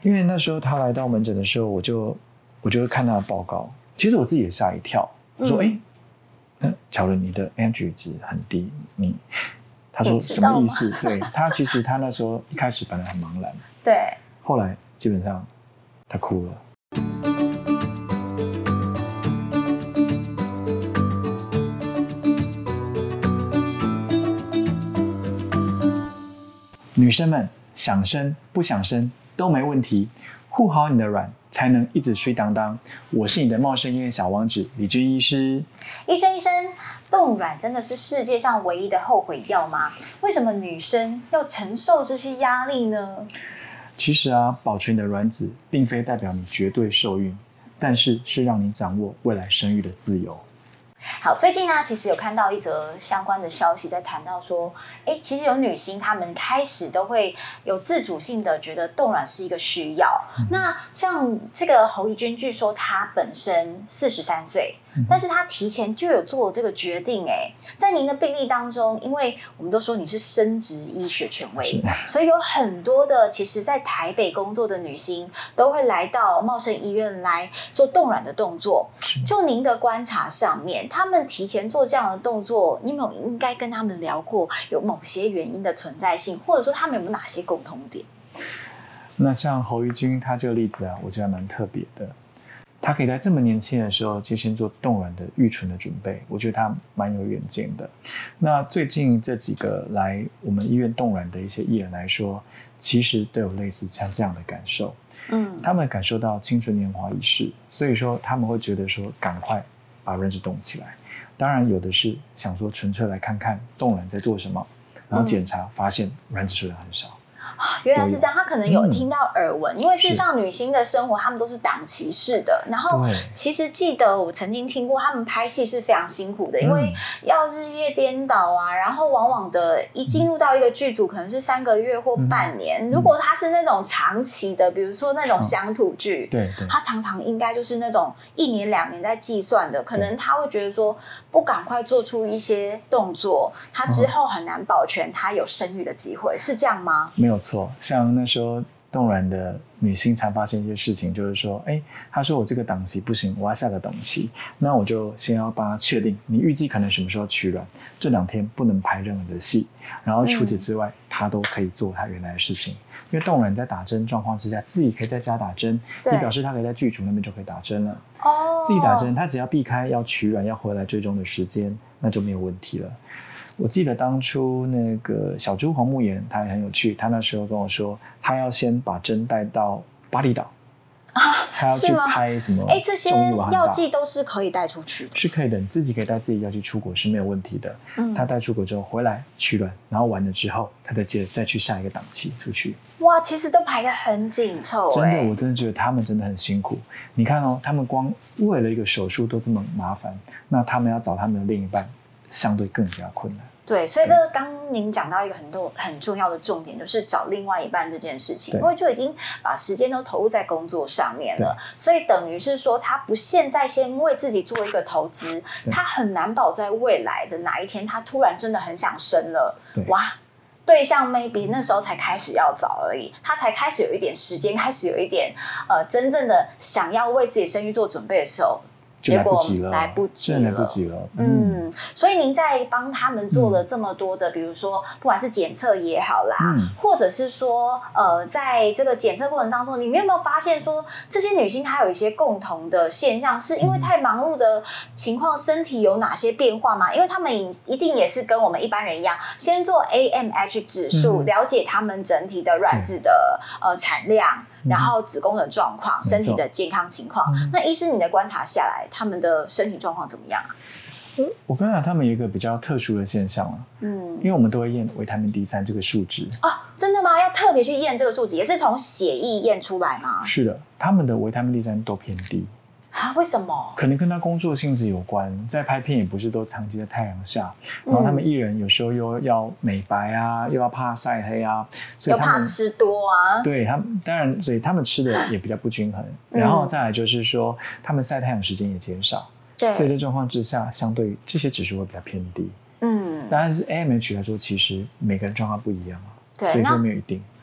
因为那时候他来到门诊的时候，我就会看他的报告，其实我自己也吓一跳，我说乔伦，你的 AMG 值很低，他说什么意思？对，其实他那时候一开始本来很茫然， 对， 后来基本上他哭了。女生们想生不想生都没问题，护好你的卵才能一直睡当当。我是你的茂盛医院小王子李军医师。 医生，冻卵真的是世界上唯一的后悔药吗？为什么女生要承受这些压力呢？ 其实保存你的卵子并非代表你绝对受孕，但是让你掌握未来生育的自由。 好，最近其实有看到一则相关的消息，在谈到说，其实有女性她们开始都会有自主性的觉得冻卵是一个需要。那像这个侯怡君，据说她本身43岁，但是她提前就有做了这个决定。在您的病例当中，因为我们都说你是生殖医学权威，所以有很多的其实在台北工作的女性都会来到茂盛医院来做冻卵的动作。就您的观察上面，他们提前做这样的动作，你有没有应该跟他们聊过有某些原因的存在性，或者说他们有没有哪些共同点？ 那像侯怡君他这个例子我觉得蛮特别的。他可以在这么年轻的时候就先做冻卵的预存的准备，我觉得他蛮有远见的。那最近这几个来我们医院冻卵的一些艺人来说，其实都有类似像这样的感受。他们感受到青春年华已逝，所以说他们会觉得说赶快把卵子冻起来。当然有的是想说纯粹来看看冻卵在做什么，然后检查发现卵子数量很少。 原来是这样，他可能有听到耳闻，因为事实上女星的生活他们都是档期式的，然后其实记得我曾经听过他们拍戏是非常辛苦的，因为要日夜颠倒然后往往的一进入到一个剧组可能是3个月或半年，如果他是那种长期的，比如说那种乡土剧，他常常应该就是那种1年2年在计算的，可能他会觉得说不赶快做出一些动作，他之后很难保全他有生育的机会，是这样吗？ 没有错，像那时候冻卵的女星常发现一些事情，就是说她说我这个档期不行，我要下个档期，那我就先要帮她确定你预计可能什么时候取卵，这2天不能拍任何的戏，然后除此之外她都可以做她原来的事情。因为冻卵在打针状况之下自己可以在家打针，也表示她可以在剧组那边就可以打针了。自己打针她只要避开要取卵要回来追踪的时间，那就没有问题了。我记得当初那个小猪黄沐妍他也很有趣，他那时候跟我说他要先把针带到巴厘岛他要去拍什么这些药剂都是可以带出去的？是可以的，你自己可以带自己药剂出国是没有问题的。他带出国之后回来取卵，然后完了之后他再去下一个档期出去。 哇，其实都排得很紧凑。 真的，我真的觉得他们真的很辛苦。你看他们光为了一个手术都这么麻烦，那他们要找他们的另一半相对更加困难。 对，所以这个刚您讲到一个很重要的重点，就是找另外一半这件事情，因为就已经把时间都投入在工作上面了，所以等于是说他不现在先为自己做一个投资，他很难保在未来的哪一天他突然真的很想生了，哇，对象 maybe 那时候才开始要找而已，他才开始有一点时间，开始有一点真正的想要为自己生育做准备的时候， 结果来不及了。所以您在帮他们做了这么多的，比如说不管是检测也好啦，或者是说在这个检测过程当中，你们有没有发现说这些女性她有一些共同的现象，是因为太忙碌的情况，身体有哪些变化吗？因为他们一定也是跟我们一般人一样，先做 AMH 指数，了解他们整体的卵子的产量，然后子宫的状况，身体的健康情况。那医师你的观察下来，他们的身体状况怎么样啊？ 我跟你讲，他们有一个比较特殊的现象因为我们都会验维他命 D3 这个数值。 真的吗？要特别去验这个数值，也是从血液验出来吗？ 是的，他们的维他命 D3 都偏低。 为什么？ 可能跟他工作性质有关，在拍片也不是都长期在太阳下，然后他们艺人有时候又要美白又要怕晒黑所以又怕吃多对，他们当然，所以他们吃的也比较不均衡，然后再来就是说他们晒太阳时间也减少，所以在状况之下，相对于这些指数会比较偏低。当然是 AMH 来说，其实每个人状况不一样所以说没有一定。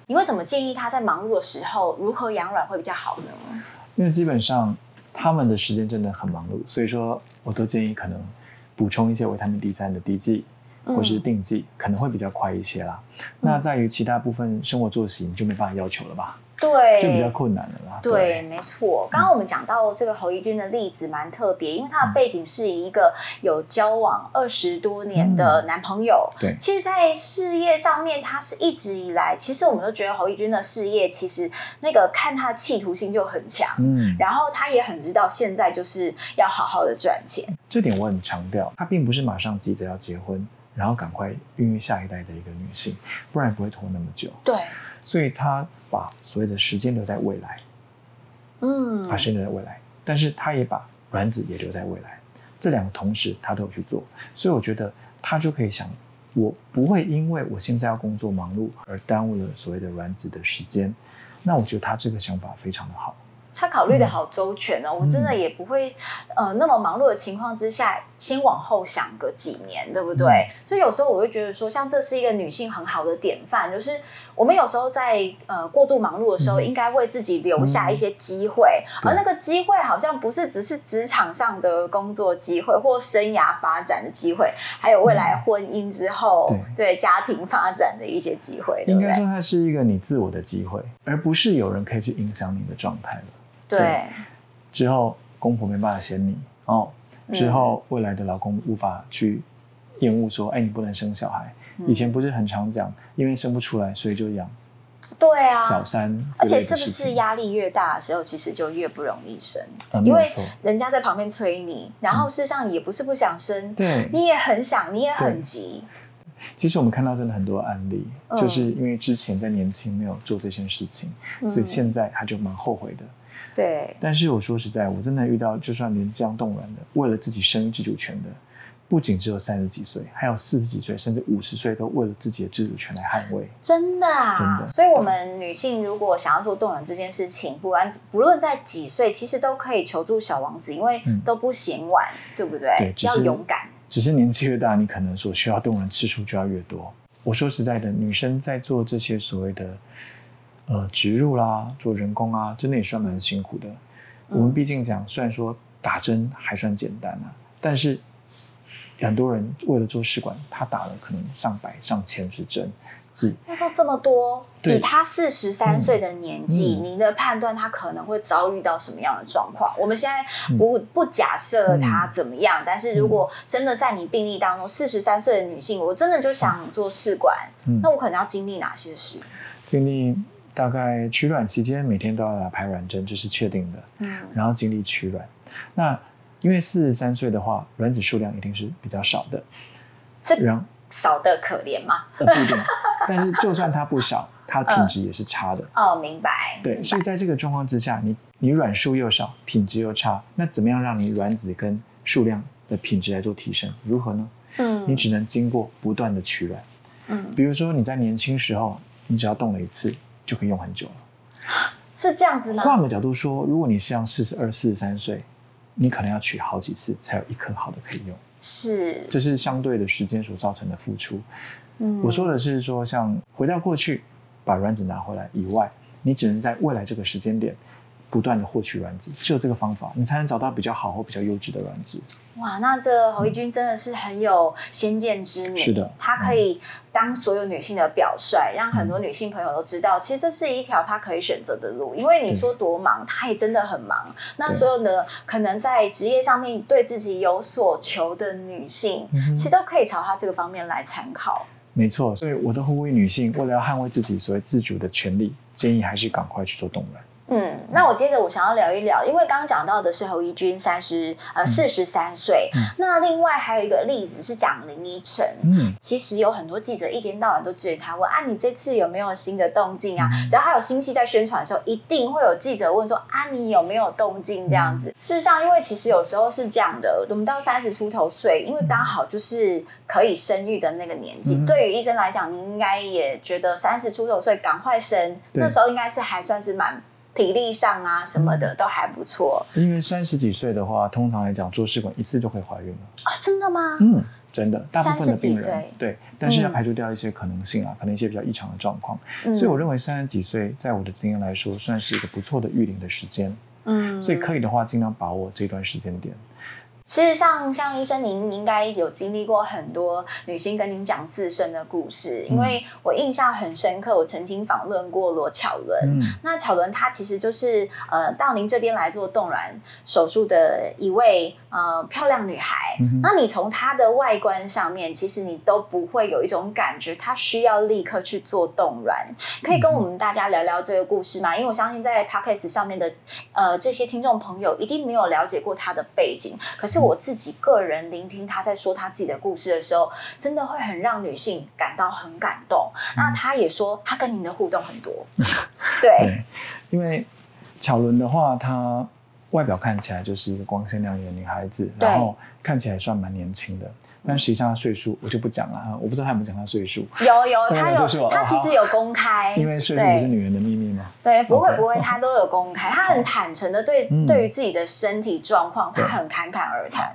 你会怎么建议他在忙碌的时候如何养卵会比较好呢？ 因为基本上他们的时间真的很忙碌，所以说我都建议可能补充一些维他命 D3 的滴剂或是定剂，可能会比较快一些啦。那在于其他部分生活作息你就没办法要求了吧， 对， 就比较困难了啦。 对，没错。刚刚我们讲到这个侯怡君的例子蛮特别，因为她的背景是一个有交往20多年的男朋友。 对， 其实，在事业上面，她是一直以来，其实我们都觉得侯怡君的事业，其实那个看她的企图心就很强。然后她也很知道现在就是要好好的赚钱。 这点我很强调，她并不是马上急着要结婚，然后赶快孕育下一代的一个女性，不然不会拖那么久。 对， 所以她把所谓的时间留在未来，把时间留在未来，但是她也把卵子也留在未来，这两个同时她都有去做，所以我觉得她就可以想，我不会因为我现在要工作忙碌而耽误了所谓的卵子的时间，那我觉得她这个想法非常的好。 他考虑的好周全哦，我真的也不会那么忙碌的情况之下，先往后想个几年，对不对？所以有时候我会觉得说，像这是一个女性很好的典范，就是我们有时候在过度忙碌的时候，应该为自己留下一些机会，而那个机会好像不是只是职场上的工作机会或生涯发展的机会，还有未来婚姻之后对家庭发展的一些机会，对不对？ 应该说它是一个你自我的机会，而不是有人可以去影响你的状态了。 对， 之后公婆没办法嫌你之后未来的老公无法去厌恶说，你不能生小孩。以前不是很常讲，因为生不出来，所以就养对啊小三， 而且是不是压力越大的时候，其实就越不容易生，因为人家在旁边催你，然后事实上你也不是不想生，你也很想，你也很急。 其实我们看到真的很多案例，就是因为之前在年轻没有做这件事情，所以现在他就蛮后悔的。 对， 但是我说实在，我真的遇到就算连这样冻卵的，为了自己生育自主权的，不仅只有30几岁，还有40几岁，甚至50岁都为了自己的自主权来捍卫。 真的啊，真的。所以我们女性如果想要做冻卵这件事情，不论在几岁，其实都可以求助小王子，因为都不嫌晚，对不对？ 对， 要勇敢。 只是年纪越大，你可能所需要冻卵次数就要越多。我说实在的，女生在做这些所谓的植入啦，做人工啊，真的也算蛮辛苦的。我们毕竟讲，虽然说打针还算简单啊，但是很多人为了做试管，他打了可能上百上千支针剂， 要到这么多。以他43岁的年纪，您的判断他可能会遭遇到什么样的状况？我们现在不假设他怎么样，但是如果真的在你病历当中43岁的女性，我真的就想做试管，那我可能要经历哪些事？ 经历大概取卵期间每天都要打排卵针，这是确定的。然后经历取卵，那因为43岁的话，卵子数量一定是比较少的， 少的可怜吗？ 不一定，但是就算它不少，它品质也是差的。 明白。 对，所以在这个状况之下，你卵数又少，品质又差，那怎么样让你卵子跟数量的品质来做提升？如何呢？你只能经过不断的取卵。比如说你在年轻时候，你只要动了一次就可以用很久了。 是这样子吗？ 换个角度说，如果你是像42、43岁，你可能要取好几次才有一颗好的可以用。 是， 这是相对的时间所造成的付出。我说的是说，像回到过去把卵子拿回来以外，你只能在未来这个时间点不断的获取卵子，只有这个方法，你才能找到比较好或比较优质的卵子。 哇，那这侯怡君真的是很有先见之明。 是的， 她可以当所有女性的表率，让很多女性朋友都知道，其实这是一条她可以选择的路。因为你说多忙，她也真的很忙。那所有的可能在职业上面对自己有所求的女性，其实都可以朝她这个方面来参考。 没错，所以我都呼吁女性，为了要捍卫自己所谓自主的权利，建议还是赶快去做冻卵。 那我接着我想要聊一聊，因为刚刚讲到的是侯怡君43岁，那另外还有一个例子是讲林依晨。其实有很多记者一天到晚都追他问你这次有没有新的动静啊？只要他有新戏在宣传的时候，一定会有记者问说你有没有动静这样子。事实上，因为其实有时候是这样的，我们到30出头岁，因为刚好就是可以生育的那个年纪。对于医生来讲，您应该也觉得30出头岁赶快生，那时候应该是还算是蛮体力上啊什么的都还不错。 因为30几岁的话，通常来讲做试管一次就可以怀孕了。 真的吗？ 真的，大部分的病 30几岁人对，但是要排除掉一些可能性啊，可能一些比较异常的状况。所以我认为30几岁，在我的经验来说，算是一个不错的育龄的时间。所以可以的话，尽量把握这段时间点。 其实像医生，您应该有经历过很多女性跟您讲自身的故事，因为我印象很深刻，我曾经访问过罗巧伦。那巧伦她其实就是到您这边来做冻卵手术的一位漂亮女孩。那你从她的外观上面，其实你都不会有一种感觉，她需要立刻去做冻卵。可以跟我们大家聊聊这个故事吗？因为我相信在 Podcast 上面的这些听众朋友一定没有了解过她的背景，可是我自己个人聆听他在说他自己的故事的时候，真的会很让女性感到很感动。那他也说他跟您的互动很多。对， 因为巧伦的话，她外表看起来就是一个光鲜亮丽的女孩子，然后看起来算蛮年轻的，但实际上她岁数我就不讲了，我不知道她有没有讲她岁数。 有，她其实有公开， 因为岁数不是女人的秘密吗？ 对，不会，她都有公开，她很坦诚的对于自己的身体状况，她很侃侃而谈。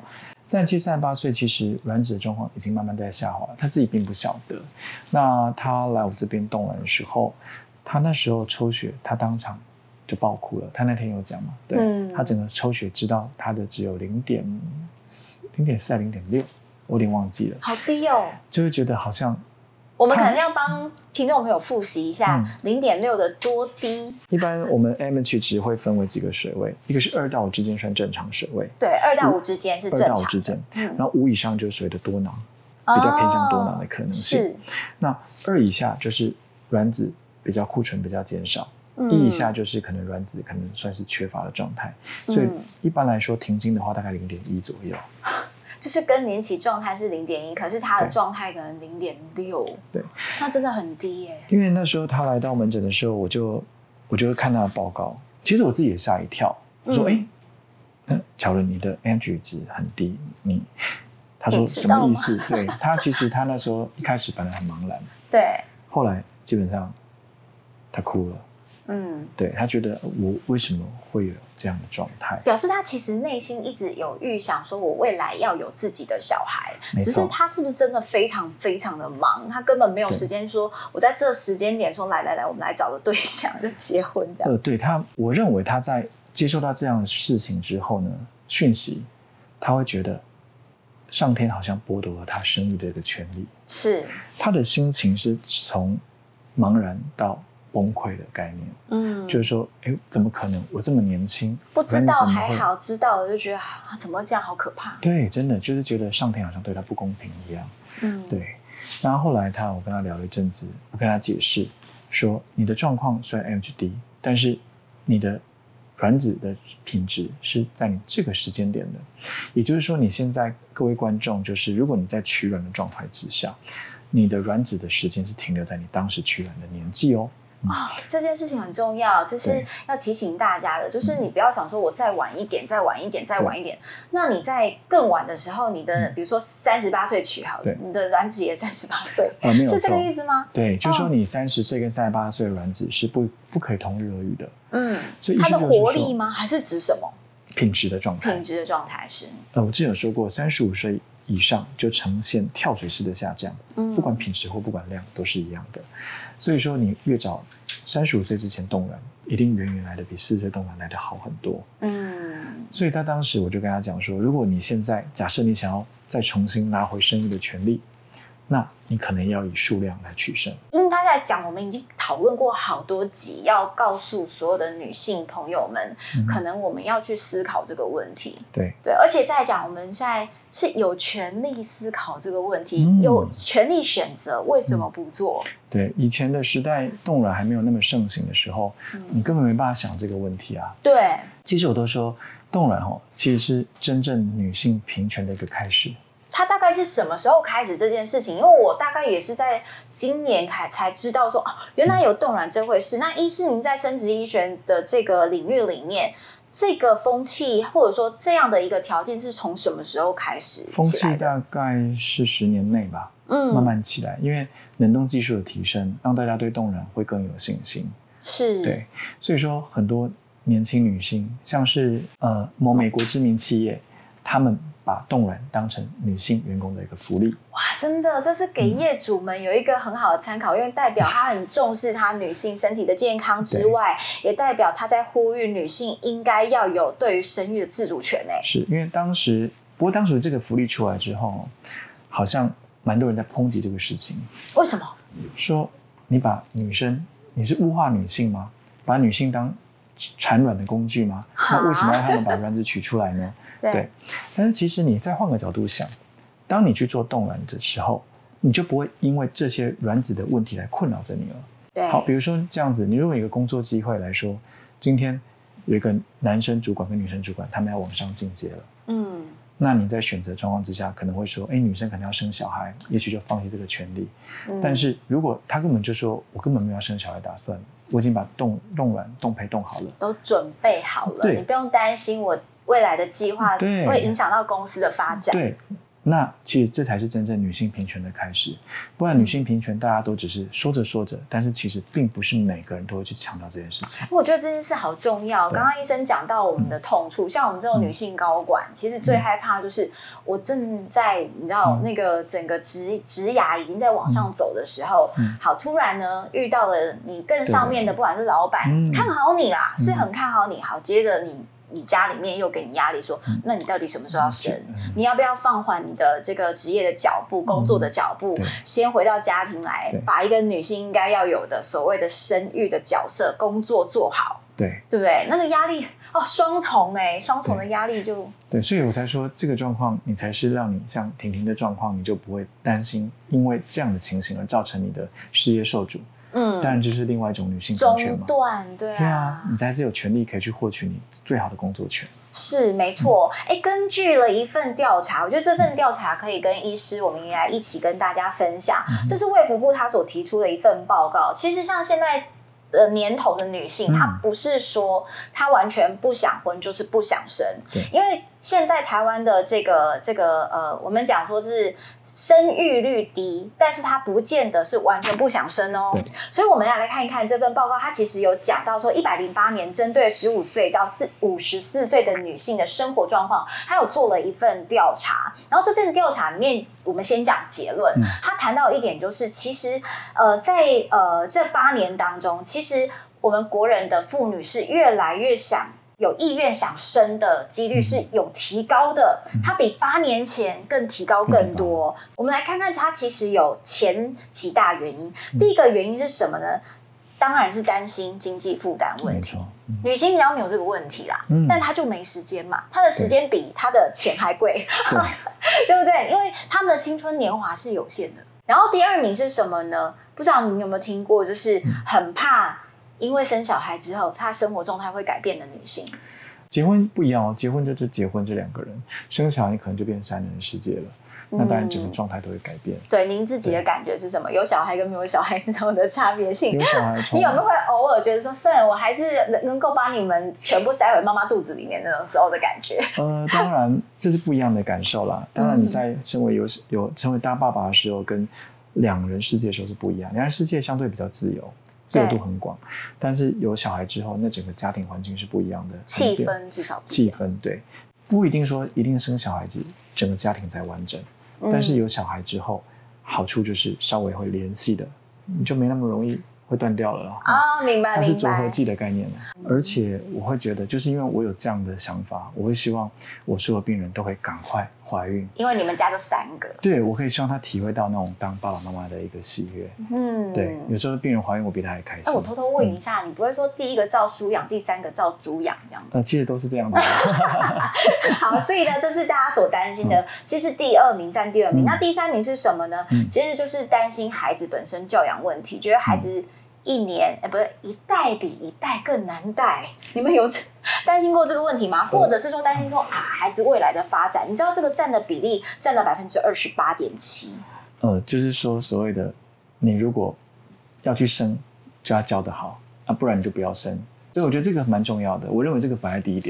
37、38岁，其实卵子的状况已经慢慢在下滑了，她自己并不晓得。那她来我这边冻卵的时候，她那时候抽血，她当场就爆哭了。她那天有讲嘛？对，她整个抽血知道她的只有0.4还0.6，我有点忘记了， 好低哦， 就会觉得好像。 我们可能要帮听众朋友复习一下0.6的多低。 一般我们 AMH 值会分为几个水位，一个是2到5之间算正常水位， 对，2到5之间是正常的，2到5之间， 然后5以上就是所谓的多囊，比较偏向多囊的可能性。是，那2以下就是卵子比较库存比较减少，1以下就是可能卵子可能算是缺乏的状态，所以一般来说停经的话大概0.1左右。 就是更年期状态是0.1，可是他的状态可能0.6，对，那真的很低耶。 因为那时候他来到门诊的时候，我就会看他的报告，其实我自己也吓一跳，我说巧伦你的 AMH 值很低，他说什么意思？对，其实他那时候一开始本来很茫然，对，后来基本上他哭了。对，他觉得我为什么会有这样的状态， 表示他其实内心一直有预想说我未来要有自己的小孩，只是他是不是真的非常非常的忙，他根本没有时间说我在这时间点说来我们来找个对象就结婚这样。 对，我认为他在接受到这样的事情之后呢，讯息他会觉得上天好像剥夺了他生育的一个权利，是他的心情是从茫然到崩溃的概念，就是说，怎么可能？我这么年轻， 不知道还好，知道了就觉得怎么这样，好可怕。 对，真的就是觉得上天好像对他不公平一样。对。然后后来我跟他聊了一阵子，我跟他解释说，你的状况虽然 AMH 低，但是你的卵子的品质是在你这个时间点的，也就是说，你现在各位观众，就是如果你在取卵的状态之下，你的卵子的时间是停留在你当时取卵的年纪哦。 这件事情很重要，这是要提醒大家的，就是你不要想说我再晚一点，再晚一点，再晚一点，那你在更晚的时候，你的比如说38岁取好，你的卵子也38岁，是这个意思吗？ 对，就是说你30岁跟38岁的卵子是不可以同日而语的。 所以它的活力吗？还是指什么？ 品质的状态。 品质的状态是。 我之前有说过，35岁以上就呈现跳水式的下降，不管品质或不管量都是一样的。所以说，你越早35岁之前冻卵，一定远远来的比40岁冻卵来的好很多。所以他当时我就跟他讲说，如果你现在假设你想要再重新拿回生育的权利，那你可能要以数量来取胜。 应该在讲，我们已经讨论过好多集，要告诉所有的女性朋友们，可能我们要去思考这个问题。对，而且在讲，我们现在是有权利思考这个问题，有权利选择，为什么不做？对， 以前的时代冻卵还没有那么盛行的时候，你根本没办法想这个问题啊。对，其实我都说冻卵其实是真正女性平权的一个开始。 他大概是什么时候开始这件事情？因为我大概也是在今年才知道说，原来有冻卵这回事。那医师您在生殖医学的这个领域里面，这个风气或者说这样的一个条件是从什么时候开始起来的？ 风气大概是10年内吧，慢慢起来。因为冷冻技术的提升，让大家对冻卵会更有信心。是，对，所以说很多年轻女性，像是某美国知名企业。 他们把冻卵当成女性员工的一个福利。 哇，真的，这是给业主们有一个很好的参考，因为代表他很重视他女性身体的健康之外，也代表他在呼吁女性应该要有对于生育的自主权。 是因为当时这个福利出来之后，好像蛮多人在抨击这个事情。 为什么？ 说你把女生，你是物化女性吗？把女性当产卵的工具吗？那为什么要他们把卵子取出来呢？对，但是其实你再换个角度想，当你去做冻卵的时候，你就不会因为这些卵子的问题来困扰着你了。 对， 好，比如说这样子，你如果有一个工作机会来说，今天有一个男生主管跟女生主管，他们要往上进阶了，那你在选择状况之下，可能会说，女生可能要生小孩，也许就放弃这个权利。但是如果他根本就说，我根本没有要生小孩打算，我已经把冻卵、冻胚冻好了， 都准备好了，你不用担心我未来的计划会影响到公司的发展。 对。那其实这才是真正女性平权的开始，不然女性平权大家都只是说着说着，但是其实并不是每个人都会去强调这件事情。 我觉得这件事好重要。刚刚医生讲到我们的痛处，像我们这种女性高管，其实最害怕就是我正在你知道那个整个职涯已经在往上走的时候，好突然呢遇到了你更上面的，不管是老板看好你啦，是很看好你，好接着你家里面又给你压力说，那你到底什么时候要生？你要不要放缓你的这个职业的脚步、工作的脚步，先回到家庭来，把一个女性应该要有的所谓的生育的角色、工作做好，对不对？那个压力双重的压力就对，所以我才说这个状况，你才是让你像婷婷的状况，你就不会担心因为这样的情形而造成你的事业受阻。当然这是另外一种女性平权嘛， 中断，对啊， 你才是有权利可以去获取你最好的工作权。 是没错。根据了一份调查，我觉得这份调查可以跟医师我们来一起跟大家分享。这是卫福部他所提出的一份报告。其实像现在年头的女性，她不是说她完全不想婚就是不想生，因为现在台湾的这个我们讲说是生育率低，但是她不见得是完全不想生哦。所以我们要来看一看这份报告，它其实有讲到说108年针对15岁到54岁的女性的生活状况，还有做了一份调查。然后这份调查里面，我们先讲结论。他谈到一点就是，其实在这8年当中，其实我们国人的妇女是越来越有意愿想生的几率是有提高的，它比8年前更提高更多。我们来看看它其实有前几大原因。第一个原因是什么呢？当然是担心经济负担问题。女性比较没有这个问题啦，但她就没时间嘛，她的时间比她的钱还贵，对不对？因为她们的青春年华是有限的。然后第二名是什么呢？不知道你有没有听过，就是很怕因为生小孩之后她生活状态会改变的女性。 结婚不一样哦，结婚就是结婚这2个人，生小孩可能就变3人世界了。那当然整个状态都会改变。 对，您自己的感觉是什么？有小孩跟没有小孩之后的差别性？ 有小孩， 你有没有会偶尔觉得说，算了，我还是能够把你们全部塞回妈妈肚子里面那种时候的感觉？ 当然这是不一样的感受啦。当然你在身为成为大爸爸的时候，跟2人世界的时候是不一样。2人世界相对比较自由度很广，但是有小孩之后，那整个家庭环境是不一样的， 气氛至少不一样。 气氛对，不一定说一定生小孩子整个家庭才完整。但是有小孩之后，好处就是稍微会联系的，你就没那么容易会断掉了明白， 它是轴合剂的概念。而且我会觉得，就是因为我有这样的想法，我会希望我所有病人都会赶快怀孕， 因为你们家就3个。 对，我可以希望他体会到那种当爸爸妈妈的一个喜悦。对，有时候病人怀孕，我比他还开心。 我偷偷问一下，你不会说第1个照书养，第3个照猪养这样吗？ 其实都是这样子。 好，所以呢，这是大家所担心的。其实第2名占第2名，那第3名是什么呢？其实就是担心孩子本身教养问题，觉得孩子一代比一代更难带。你们有担心过这个问题吗？或者是说担心说孩子未来的发展？你知道这个占的比例占了28.7%。 就是说所谓的你如果要去生，就要教得好不然你就不要生。所以我觉得这个蛮重要的，我认为这个摆在第一点。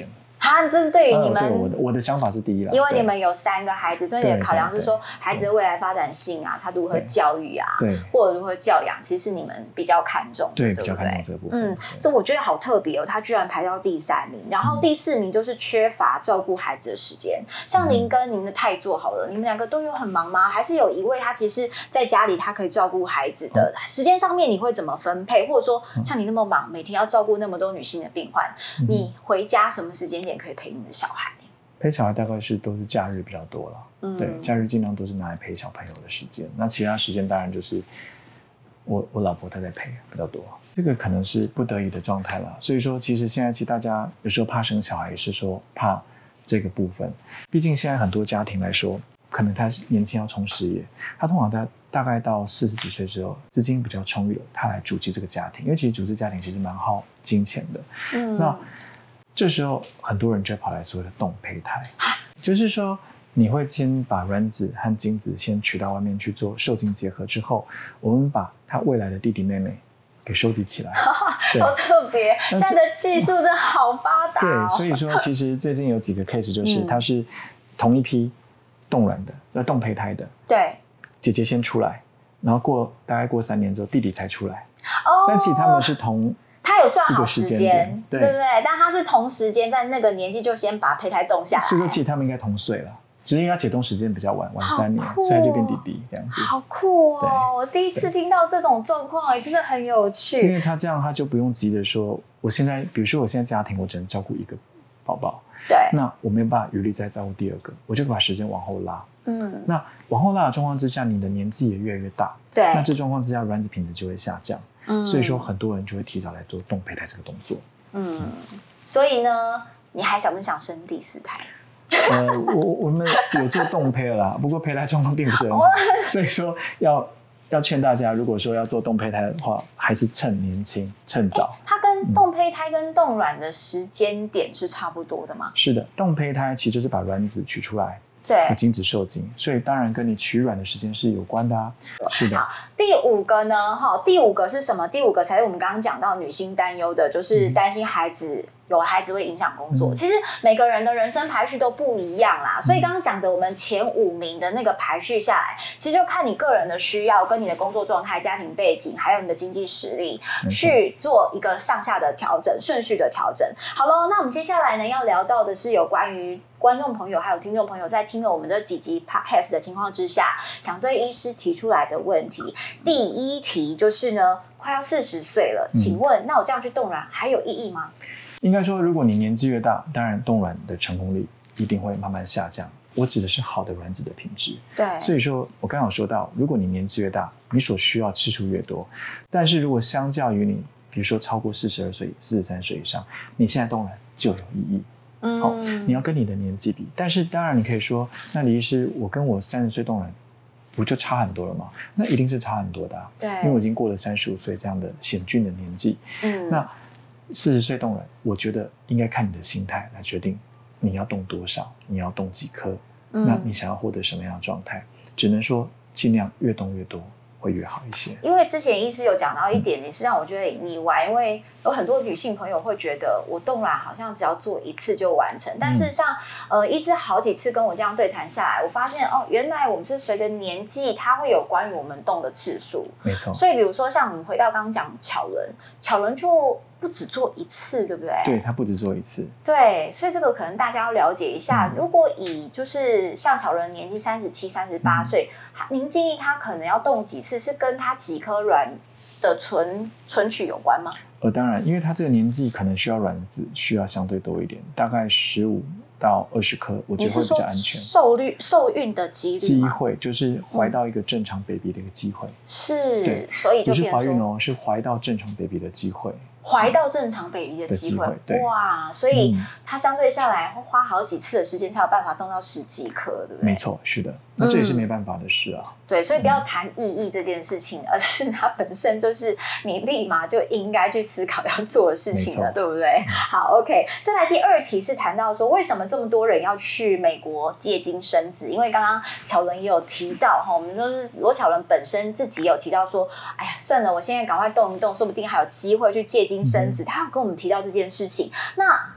哈，这是对于你们、 对我的想法是第一啦， 因为你们有3个孩子，所以你的考量就是说孩子的未来发展性啊，他如何教育啊， 对， 或者如何教养，其实是你们比较看重的，对， 比较看重这个部分。 这我觉得好特别哦，他居然排到第3名，然后第4名就是缺乏照顾孩子的时间。像您跟您的太座好了，你们2个都有很忙吗？还是有一位他其实在家里他可以照顾孩子的时间上面，你会怎么分配？或者说像你那么忙，每天要照顾那么多女性的病患，你回家什么时间点可以陪你的小孩？ 陪小孩大概都是假日比较多了，对，假日尽量都是拿来陪小朋友的时间。那其他时间当然就是我老婆她在陪比较多，这个可能是不得已的状态了。所以说，其实大家有时候怕生小孩，也是说怕这个部分。毕竟现在很多家庭来说，可能他年轻要冲事业，他通常在大概到40几岁之后，资金比较充裕了，他来组织这个家庭。因为其实组织家庭其实蛮耗金钱的。那这时候很多人就跑来所谓的冻胚胎，就是说你会先把卵子和精子先取到外面去做受精结合之后，我们把他未来的弟弟妹妹给收集起来。 好特别，现在的技术真的好发达哦。 对，所以说其实最近有几个 case 就是他是同一批冻卵的，冻胚胎的， 对， 姐姐先出来，然后大概过3年之后弟弟才出来。但其实他们是他有算好时间， 对不对？但他是同时间在那个年纪就先把胚胎冻下来， 所以说其实他们应该同岁了，只是因为他解冻时间比较晚3年，所以他就变弟弟这样子。 好酷哦！我第一次听到这种状况，真的很有趣。 因为他这样，他就不用急着说，我现在比如说我现在家庭我只能照顾1个宝宝， 对， 那我没有办法余力再照顾第2个，我就把时间往后拉。那往后拉的状况之下，你的年纪也越来越大， 对， 那这状况之下，卵子品质就会下降。所以说很多人就会提早来做冻胚胎这个动作。 所以呢，你还想不想生第4胎？ 我们有做冻胚了啦，不过胚胎状况并不是很好，所以说要劝大家，如果说要做冻胚胎的话，还是趁年轻，趁早。 它跟冻胚胎跟冻卵的时间点是差不多的吗？ 是的，冻胚胎其实就是把卵子取出来。 对， 精子受精，所以当然跟你取卵的时间是有关的啊。是的。 好，第5个呢？第5个是什么？第5个才是我们刚刚讲到女性担忧的，就是担心孩子有孩子会影响工作。其实每个人的人生排序都不一样啦，所以刚刚讲的我们前5名的那个排序下来，其实就看你个人的需要、跟你的工作状态、家庭背景，还有你的经济实力，去做一个上下的调整、顺序的调整。好了，那我们接下来呢要聊到的是有关于观众朋友还有听众朋友在听了我们这几集 podcast 的情况之下，想对医师提出来的问题。第1题就是呢，快要40岁了，请问那我这样去冻卵还有意义吗？ 应该说，如果你年纪越大，当然冻卵的成功率一定会慢慢下降。我指的是好的卵子的品质。 对， 所以说我刚好说到，如果你年纪越大，你所需要次数越多，但是如果相较于你，比如说超过42岁、43岁以上，你现在冻卵就有意义。好，你要跟你的年纪比，但是当然你可以说，那李医师，我跟我30岁冻卵不就差很多了吗？那一定是差很多的啊。 对， 因为我已经过了35岁这样的险峻的年纪。那40岁冻卵，我觉得应该看你的心态来决定你要冻多少，你要冻几颗，那你想要获得什么样的状态？只能说尽量越冻越多会越好一些。 因为之前医师有讲到一点，也是让我觉得很意外，因为有很多女性朋友会觉得我冻卵好像只要做1次就完成，但是像医师好几次跟我这样对谈下来，我发现原来我们是随着年纪，它会有关于我们冻的次数。 没错。 所以比如说像我们回到刚刚讲巧伦就不只做1次，对不对？ 对，他不只做1次。 对，所以这个可能大家要了解一下。如果以就是像巧伦年纪37、38岁，您建议他可能要冻几次，是跟他几颗卵的存取有关吗？ 当然，因为他这个年纪可能需要卵子需要相对多一点，大概15到20颗，我觉得会比较安全。 受孕的几率吗？ 机会就是怀到一个正常 baby 的一个机会。 是，所以就不是怀孕哦，是怀到正常 baby 的机会。 怀到正常 baby 的机会，哇！所以它相对下来会花好几次的时间才有办法冻到10几颗，对不对？ 没错，是的，那这也是没办法的事啊。 对，所以不要谈意义这件事情，而是它本身就是你立马就应该去思考要做的事情了，对不对？好 ，OK。再来第2题是谈到说，为什么这么多人要去美国借精生子？因为刚刚巧伦也有提到我们就是罗巧伦本身自己也有提到说，哎呀，算了，我现在赶快动一动，说不定还有机会去借精生子。他有跟我们提到这件事情。那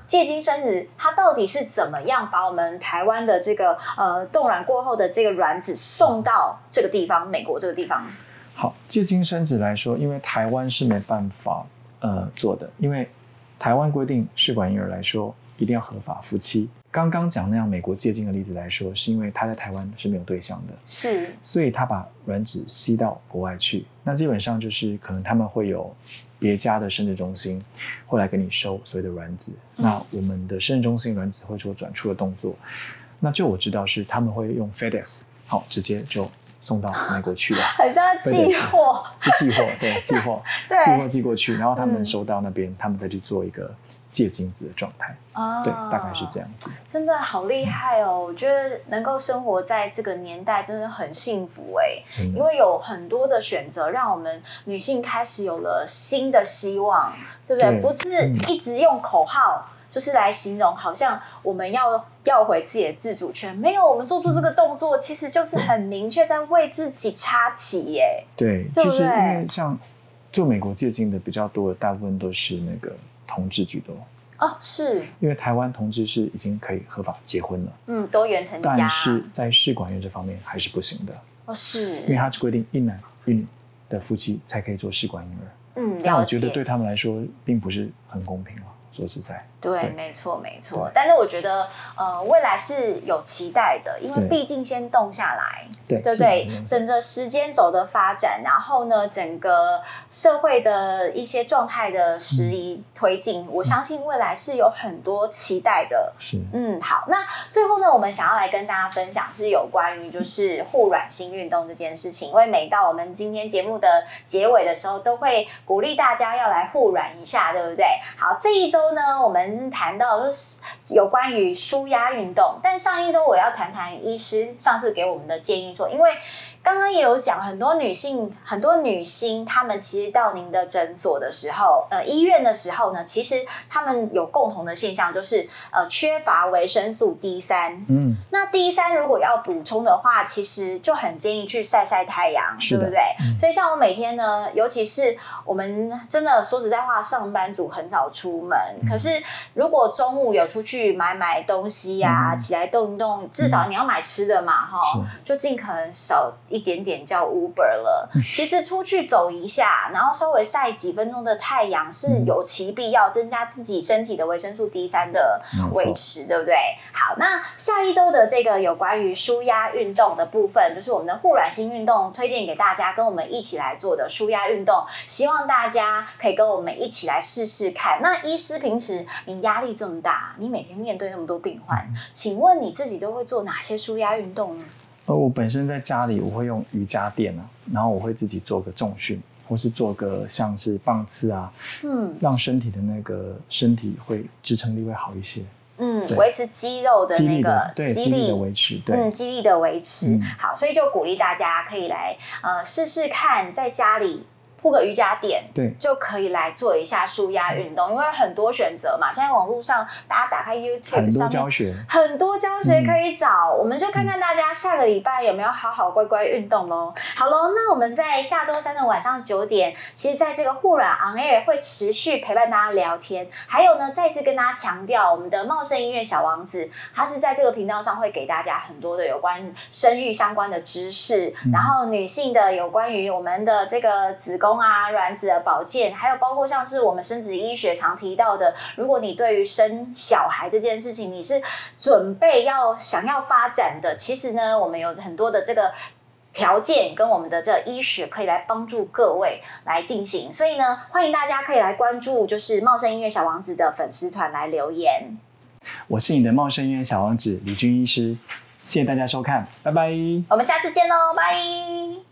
借精生子它到底是怎么样把我们台湾的这个冻卵过后的这个卵子送到这个地方，美国这个地方？ 好，借精生子来说，因为台湾是没办法做的，因为台湾规定试管婴儿来说一定要合法夫妻。刚刚讲那样美国借精的例子来说，是因为他在台湾是没有对象的， 是， 所以他把卵子吸到国外去，那基本上就是可能他们会有别家的生殖中心会来给你收所谓的卵子，那我们的生殖中心卵子会做转出的动作，那就我知道是他们会用 FedEx 好直接就送到美国去了， 很像寄货， 寄货，对，寄货， 对， 寄货寄过去，然后他们收到那边，他们再去做一个借精子的状态，对，大概是这样子。 真的好厉害哦！我觉得能够生活在这个年代真的很幸福哎，因为有很多的选择，让我们女性开始有了新的希望，对不对？不是一直用口号。就是来形容，好像我们要回自己的自主权，没有，我们做出这个动作，其实就是很明确在为自己插旗耶。 对，其实因为像做美国借精的比较多的，大部分都是那个同志居多。 哦，是因为台湾同志是已经可以合法结婚了， 都原成家， 但是在试管婴儿这方面还是不行的。 哦，是因为它规定一男一女的夫妻才可以做试管婴儿。 了解。 但我觉得对他们来说并不是很公平了。说实在， 对，没错，没错。但是我觉得，未来是有期待的，因为毕竟先动下来，对不对？等着时间轴的发展，然后呢，整个社会的一些状态的时移推进，我相信未来是有很多期待的。 是， 好。那最后呢，我们想要来跟大家分享是有关于就是护卵新运动这件事情，因为每到我们今天节目的结尾的时候，都会鼓励大家要来护卵一下，对不对？好，这一周呢，我们谈到就是有关于舒压运动，但上一周我要谈谈医师上次给我们的建议说，因为刚刚也有讲，很多女星，她们其实到您的诊所的时候，医院的时候呢，其实她们有共同的现象，就是缺乏维生素 D3。那 D3 如果要补充的话，其实就很建议去晒晒太阳，对不对？所以像我每天呢，尤其是我们真的说实在话，上班族很少出门，可是如果中午有出去买东西啊，起来动一动，至少你要买吃的嘛，就尽可能少一点点叫 Uber 了。其实出去走一下，然后稍微晒几分钟的太阳是有其必要，增加自己身体的维生素 D3 的维持，对不对？好，那下一周的这个有关于舒压运动的部分，就是我们的护卵新运动推荐给大家，跟我们一起来做的舒压运动，希望大家可以跟我们一起来试试看。那医师平时你压力这么大，你每天面对那么多病患，请问你自己都会做哪些舒压运动呢？ 我本身在家里我会用瑜伽垫啊，然后我会自己做个重训，或是做个像是棒次啊，让身体的那个身体会支撑力会好一些。 维持肌肉的那个肌力的维持，对， 肌力的维持。好，所以就鼓励大家可以来试试看，在家里铺个瑜伽垫， 对， 就可以来做一下舒压运动，因为很多选择嘛。现在网络上大家打开 YouTube 上面很多教学可以找，我们就看看大家下个礼拜有没有好好乖乖运动咯。好咯，那我们在下周三的晚上9点，其实在这个护卵 on air 会持续陪伴大家聊天，还有呢，再次跟大家强调，我们的茂盛医院小王子，他是在这个频道上会给大家很多的有关生育相关的知识，然后女性的有关于我们的这个子宫啊、卵子的保健，还有包括像是我们生殖医学常提到的，如果你对于生小孩这件事情你是准备想要发展的，其实呢，我们有很多的这个条件跟我们的这个医学可以来帮助各位来进行，所以呢，欢迎大家可以来关注就是茂盛医院小王子的粉丝团来留言。 我是你的茂盛医院小王子李军医师，谢谢大家收看，拜拜， 我们下次见喽，拜。